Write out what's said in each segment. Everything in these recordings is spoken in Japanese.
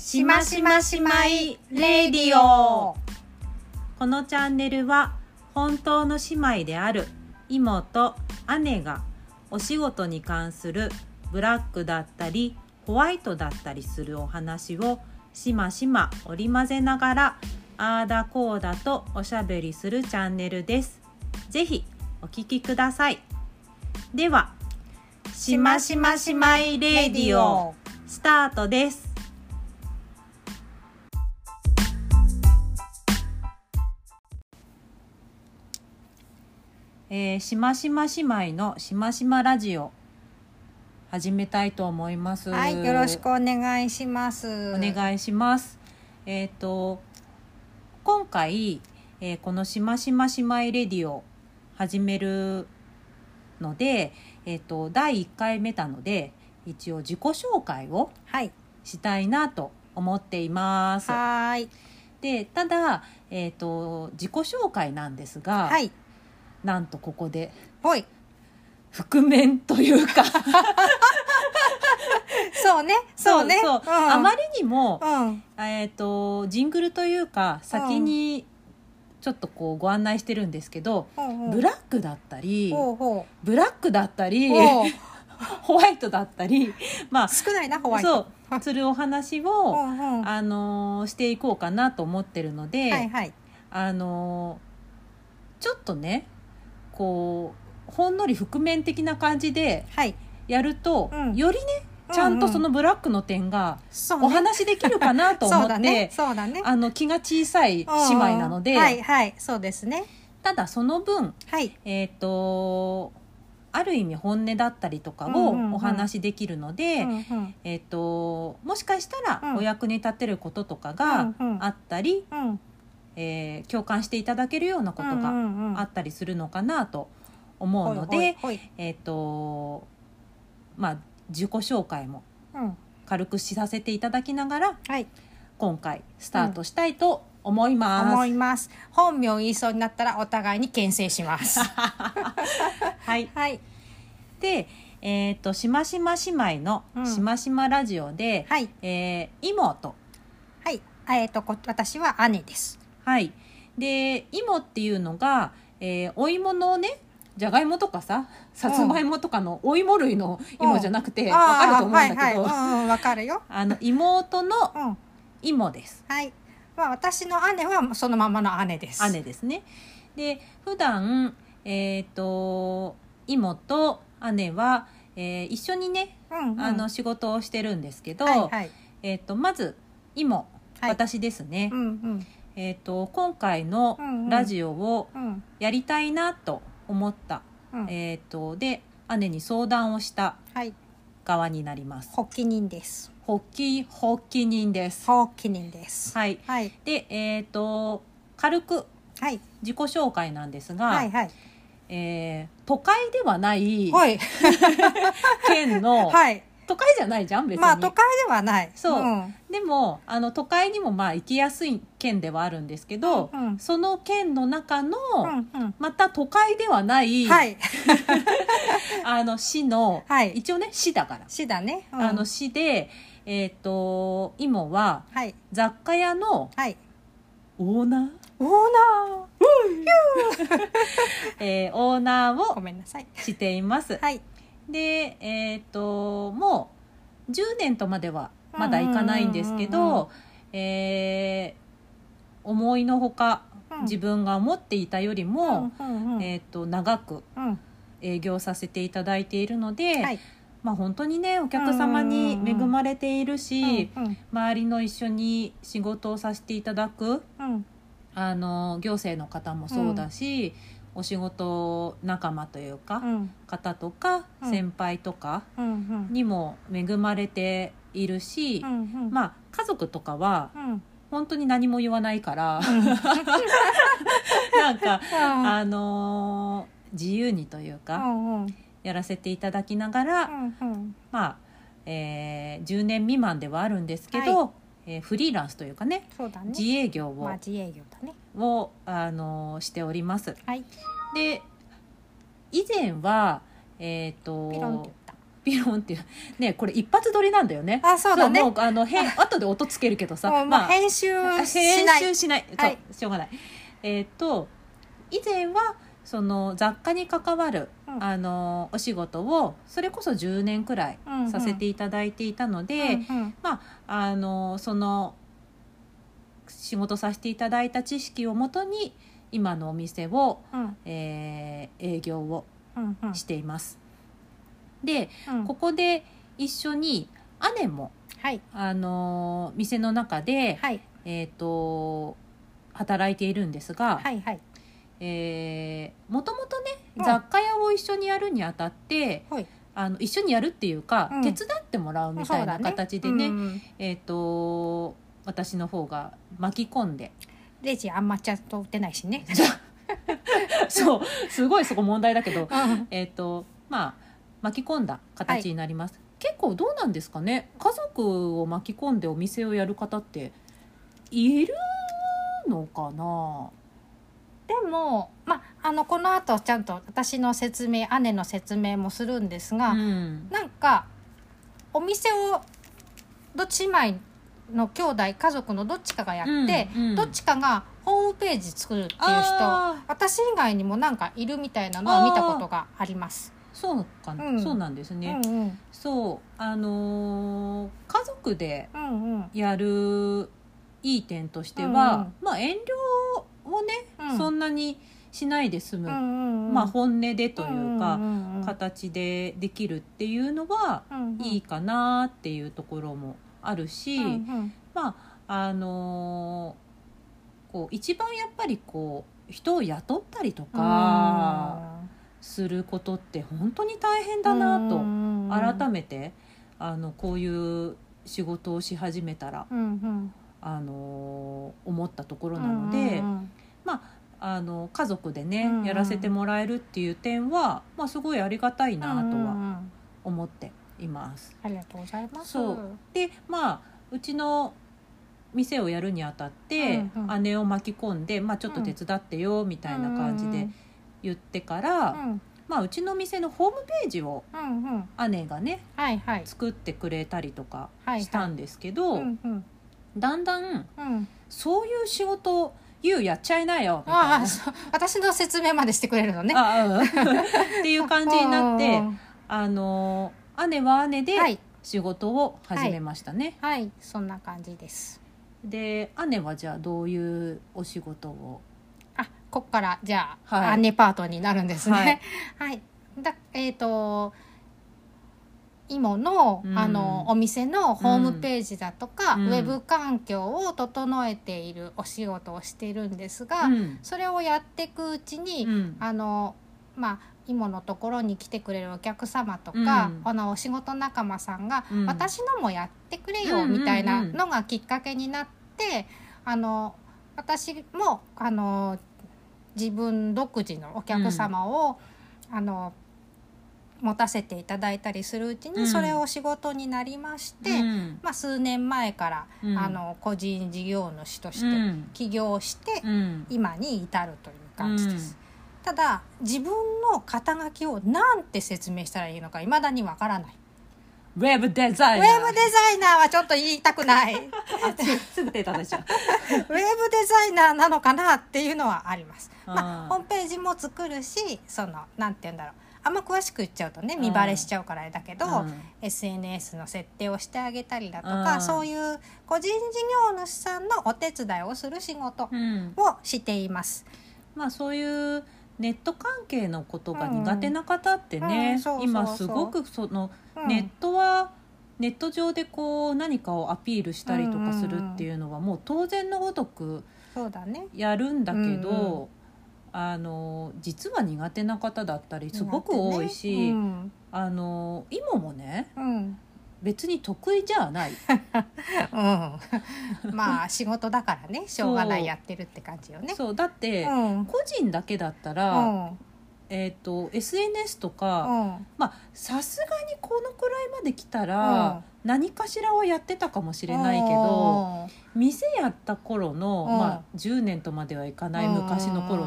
しましましまいレディオ。 このチャンネルは本当の姉妹である妹、姉がお仕事に関するブラックだったりホワイトだったりするお話をしましま織り交ぜながらあーだこーだとおしゃべりするチャンネルです。ぜひお聞きください。ではしましましまいレディオスタートです。しましま姉妹のしましまラジオ始めたいと思います。 はい、よろしくお願いします。 お願いします。今回、このしましま姉妹レディオ始めるので、第1回目なので一応自己紹介をしたいなと思っています。 はい。 でただ、自己紹介なんですが、 はい。 なんとここでほい。 覆面というかそうね。そうね。 そう、 うん、 あまりにも、 うん、 ジングルというか先にちょっとこうご案内してるんですけど、ブラックだったりブラックだったりホワイトだったり、まあ少ないなホワイトそうするお話をしていこうかなと思ってるので、 はいはい、 ちょっとねこうほんのり覆面的な感じでやると、よりねちゃんとそのブラックの点がお話できるかなと思って、気が小さい姉妹なので、 はいはい、そうですね。 ただその分、 はい、 ある意味本音だったりとかをお話できるので、もしかしたらお役に立てることとかがあったり、共感していただけるようなことがあったりするのかなと思うので、まあ自己紹介も軽くしさせていただきながら、今回スタートしたいと思います。 本名言いそうになったらお互いに牽制しますはい、はい、でしましま姉妹のしましまラジオで、妹、 私は姉です。 はい、で芋っていうのが、お芋のねじゃがいもとかさつまいもとかのお芋類の芋じゃなくて、わかると思うんだけど、 わかるよ。 妹の芋です。 はい、私の姉はそのままの姉です。 姉ですね。で普段妹と姉は、一緒にね、仕事をしてるんですけど、まず妹、私ですね。今回のラジオをやりたいなと思った、で姉に相談をした側になります。 発起人です。 発起人です。 発起人です。 はい。で軽く自己紹介なんですが、都会ではない県の、都会じゃないじゃん別に。 都会ではない。 そう。でも都会にも行きやすい県ではあるんですけど、その県の中の、また都会ではない、市の、一応ね市だから。 市だね。 市で今は、雑貨屋の、オーナーオーナーをしています。でもう10年とまではまだいかないんですけど、思いのほか自分が思っていたよりも、長く営業させていただいているので、本当にねお客様に恵まれているし、周りの一緒に仕事をさせていただく、行政の方もそうだし、お仕事仲間というか、方とか先輩とかにも恵まれているし、家族とかは本当に何も言わないから、なんか自由にというか、やらせていただきながら、10年未満ではあるんですけど、フリーランスというかね、自営業を、しております。で以前はピピロンっていうね、これ一発撮りなんだよね。 そうだね。 もう後で音つけるけどさ、 編集しない、 そう、しょうがない。以前はその雑貨に関わる、お仕事をそれこそ10年くらいさせていただいていたので、その仕事させていただいた知識をもとに今のお店を、営業をしています。で、ここで一緒に姉も、店の中で、働いているんですが、もともとね、雑貨屋を一緒にやるにあたって、一緒にやるっていうか、手伝ってもらうみたいな形でね、私の方が巻き込んで、 レジあんまちゃんと打てないしねそうすごいそこ問題だけど、巻き込んだ形になります。結構どうなんですかね、家族を巻き込んでお店をやる方っているのかな。 でも、この後ちゃんと私の説明、姉の説明もするんですが、なんかお店をどっち姉妹の兄弟家族のどっちかがやって、どっちかがホームページ作るっていう人、私以外にもなんかいるみたいなのは見たことがあります。 そうかな、そうなんですね。そう家族でやるいい点としては、遠慮をね、そんなにしないで済む、本音でというか、形でできるっていうのは、いいかなっていうところもあるし、一番やっぱり人を雇ったりとかすることって本当に大変だなと、改めてこういう仕事をし始めたら、思ったところなので、家族でね、やらせてもらえるっていう点は、すごいありがたいなとは思っています。 ありがとうございます。 そうで、うちの店をやるにあたって、姉を巻き込んで、ちょっと手伝ってよみたいな感じで言ってから、うちの店のホームページを姉がね、作ってくれたりとかしたんですけど、だんだん、そういう仕事やっちゃいなよみたいな、 私の説明までしてくれるのねっていう感じになって姉は姉で仕事を始めましたね。 そんな感じです。 で、姉はじゃあどういうお仕事を、 こっからじゃあ、姉パートになるんですね。今の、お店のホームページだとか、ウェブ環境を整えているお仕事をしているんですが、それをやっていくうちに、今のところに来てくれるお客様とか、お仕事仲間さんが、私のもやってくれよみたいなのがきっかけになって、私も自分独自のお客様を、持たせていただいたりするうちに、それを仕事になりまして、数年前から、個人事業主として起業して、今に至るという感じです。ただ自分の肩書きをなんて説明したらいいのか未だにわからない。 ウェブデザイナー。 ウェブデザイナーはちょっと言いたくないすぐ手出しちゃうウェブデザイナーなのかなっていうのはあります。ホームページも作るし、なんて言うんだろう、あんま詳しく言っちゃうとね見バレしちゃうからあれだけど、SNS の設定をしてあげたりだとか、そういう個人事業主さんのお手伝いをする仕事をしています。 そういうネット関係のことが苦手な方ってね、今すごくネット上で何かをアピールしたりとかするっていうのはもう当然のごとくやるんだけど、実は苦手な方だったりすごく多いし、今もね、別に得意じゃない仕事だからね、しょうがないやってるって感じよね。 そうだって、個人だけだったら、SNS とか、さすがにこのくらいまで来たら、何かしらはやってたかもしれないけど、店やった頃の、10年とまではいかない昔の頃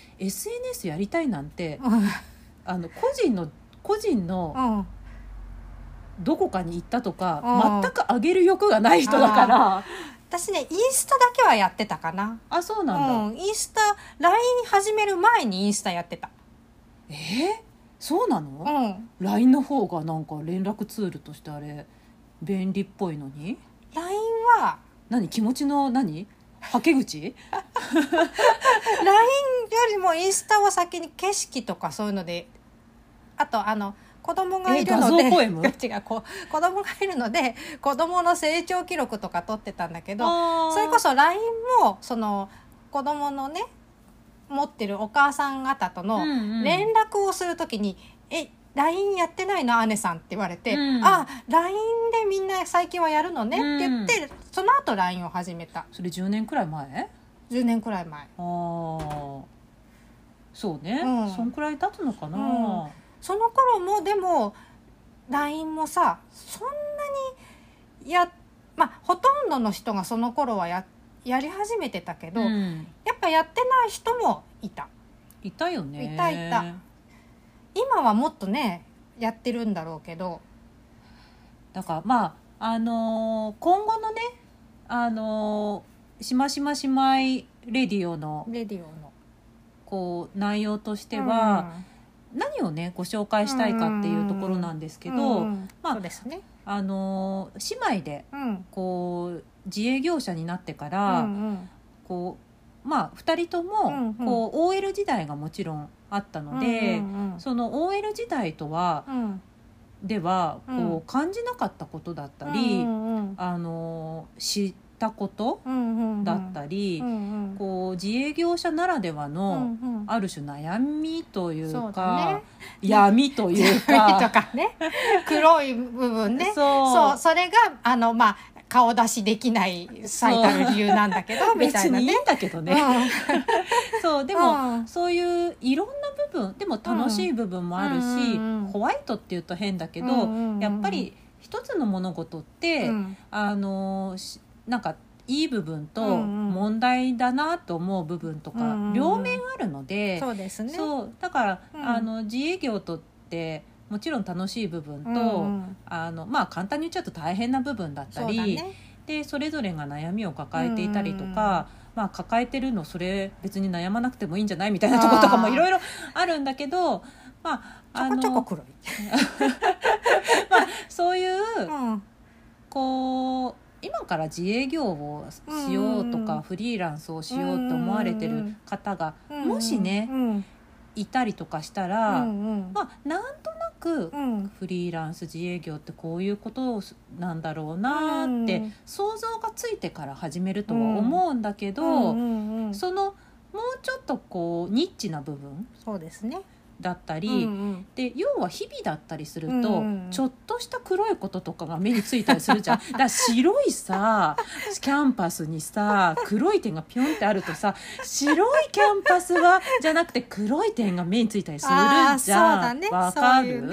に、SNS やりたいなんて、個人のどこかに行ったとか全く上げる欲がない人だから。 私ねインスタだけはやってたかな。 そうなんだ、インスタ LINE 始める前にインスタやってた。 そうなの、LINE の方がなんか連絡ツールとしてあれ便利っぽいのに LINE は気持ちのはけ口LINE よりもインスタは先に景色とかそういうので、あと子供がいるので違う子供がいるので子供の成長記録とか撮ってたんだけど、それこそ LINE もその子供のね持ってるお母さん方との連絡をするときにLINE やってないの姉さんって言われて、LINE でみんな最近はやるのねって言って、その後 LINE を始めた。 それ10年くらい前 10年くらい前。 そうね、そんくらい経つのかな、 その頃もでも LINE もさそんなにほとんどの人がその頃はやり始めてたけど、やっぱやってない人もいたよね。 いた今はもっとねやってるんだろうけど、 だから今後のねしましましまいレディオのこう内容としては、何をねご紹介したいかっていうところなんですけど、 そうですね、 姉妹でこう自営業者になってから、こう2人ともこう OL 時代がもちろんあったので、その OL 時代とは、ではこう感じなかったことだったり、知ったことだったり、こう自営業者ならではのある種悩みというか、闇というかとかね黒い部分ね、それが顔出しできない最たる理由なんだけどみたいなね。 別にいいんだけどね、そうでも、そういういろんな部分でも楽しい部分もあるし、ホワイトっていうと変だけど、やっぱり一つの物事って、なんかいい部分と問題だなと思う部分とか、両面あるので、 そうですね。 だから、自営業とってもちろん楽しい部分と、簡単に言っちゃうと大変な部分だったり、でそれぞれが悩みを抱えていたりとか、抱えてるのそれ別に悩まなくてもいいんじゃないみたいなところとかもいろいろあるんだけど、 ちょこちょこ黒いそういう、こう今から自営業をしようとか、フリーランスをしようと思われてる方が、もしね、いたりとかしたら、なんとなくフリーランス自営業ってこういうことなんだろうなって想像がついてから始めるとは思うんだけど、そのもうちょっとこうニッチな部分、 そうですね、 だったり、で要は日々だったりすると、ちょっとした黒いこととかが目についたりするじゃん。だから白いさキャンパスにさ黒い点がピョンってあるとさ、白いキャンパスはじゃなくて黒い点が目についたりするじゃん。わかる？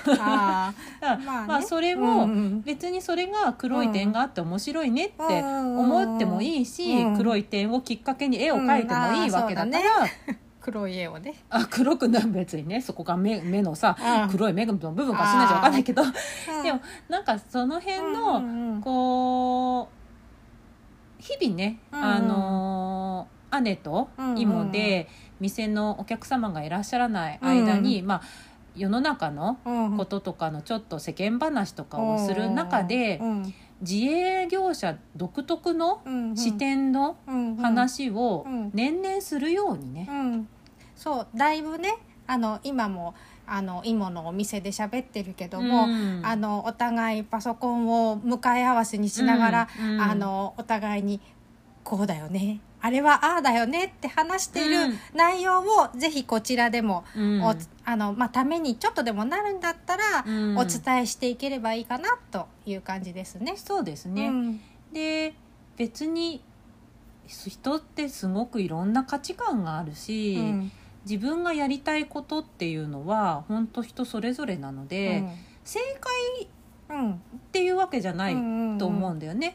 それも別にそれが黒い点があって面白いねって思ってもいいし、黒い点をきっかけに絵を描いてもいいわけだから、 黒い絵をね、 黒くな別にね、そこが 目のさ、黒い目の部分かしないじゃ分かんないけど、でもなんかその辺の、こう日々ね、姉と妹で店のお客様がいらっしゃらない間に、世の中のこととかのちょっと世間話とかをする中で、自営業者独特の視点の話を年々するようにね、 そうだいぶね、今も今のお店で喋ってるけども、お互いパソコンを向かい合わせにしながら、お互いにこうだよね、あれはああだよねって話している内容を、ぜひこちらでも、ためにちょっとでもなるんだったら、お伝えしていければいいかなという感じですね。 そうですね、で別に人ってすごくいろんな価値観があるし、自分がやりたいことっていうのは本当人それぞれなので、正解っていうわけじゃないと思うんだよね。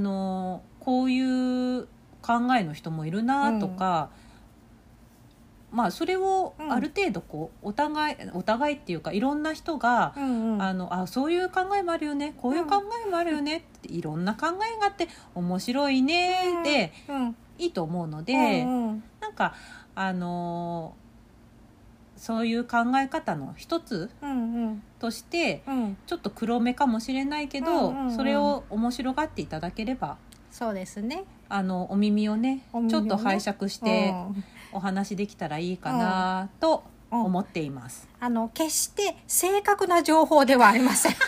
こういう考えの人もいるなとか、 まあそれをある程度こうお互いっていうかいろんな人が、そういう考えもあるよね、こういう考えもあるよねって、いろんな考えがあって面白いねで、いいと思うので、なんかそういう考え方の一つとして、ちょっと黒目かもしれないけど、それを面白がっていただければ、 そうですね、 お耳をねちょっと拝借してお話できたらいいかなと思っています。 決して正確な情報ではありません。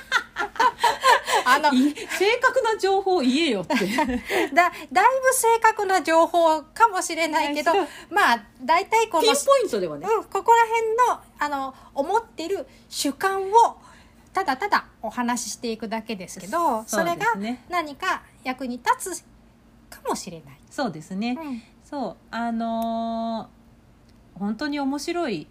正確な情報言えよってだいぶ正確な情報かもしれないけど、まあだいたいこのピンポイントではね、 ここら辺の思ってる主観をただただお話ししていくだけですけど、それが何か役に立つかもしれない。 そうですね、そう本当に面白い、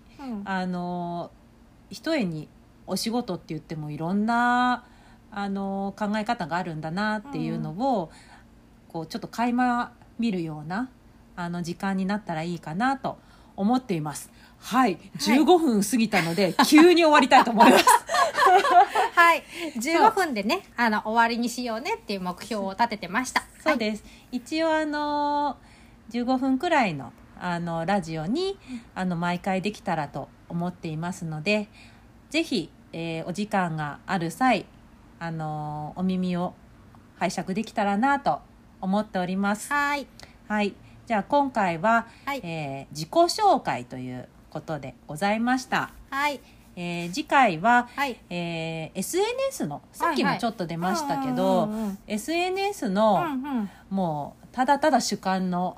一重にお仕事って言ってもいろんな考え方があるんだなっていうのを、こうちょっと垣間見るような時間になったらいいかなと思っています。はい、15分過ぎたので、急に終わりたいと思います。 はい、15分でね終わりにしようねっていう目標を立ててました。 そうです、一応15分くらいのラジオに毎回できたらと思っていますので、ぜひ、お時間がある際お耳を拝借できたらなと思っております。 はい、 はい、じゃあ今回は、自己紹介ということでございました。 はい、 次回は、SNS のさっきもちょっと出ましたけど、SNS の、もうただただ主観の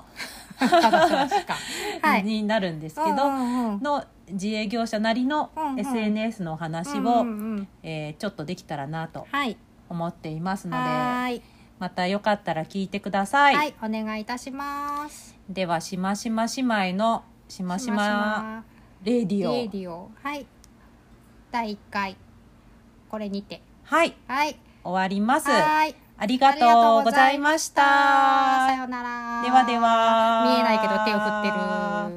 になるんですけど、の自営業者なりの SNS のお話を、ちょっとできたらなと思っていますので、またよかったら聞いてください。 はい、お願いいたします。 ではしましま姉妹のしましまレディオ、 はい、第1回これにてはい終わります。ありがとうございました。 さようなら。 ではでは。 見えないけど手を振ってる。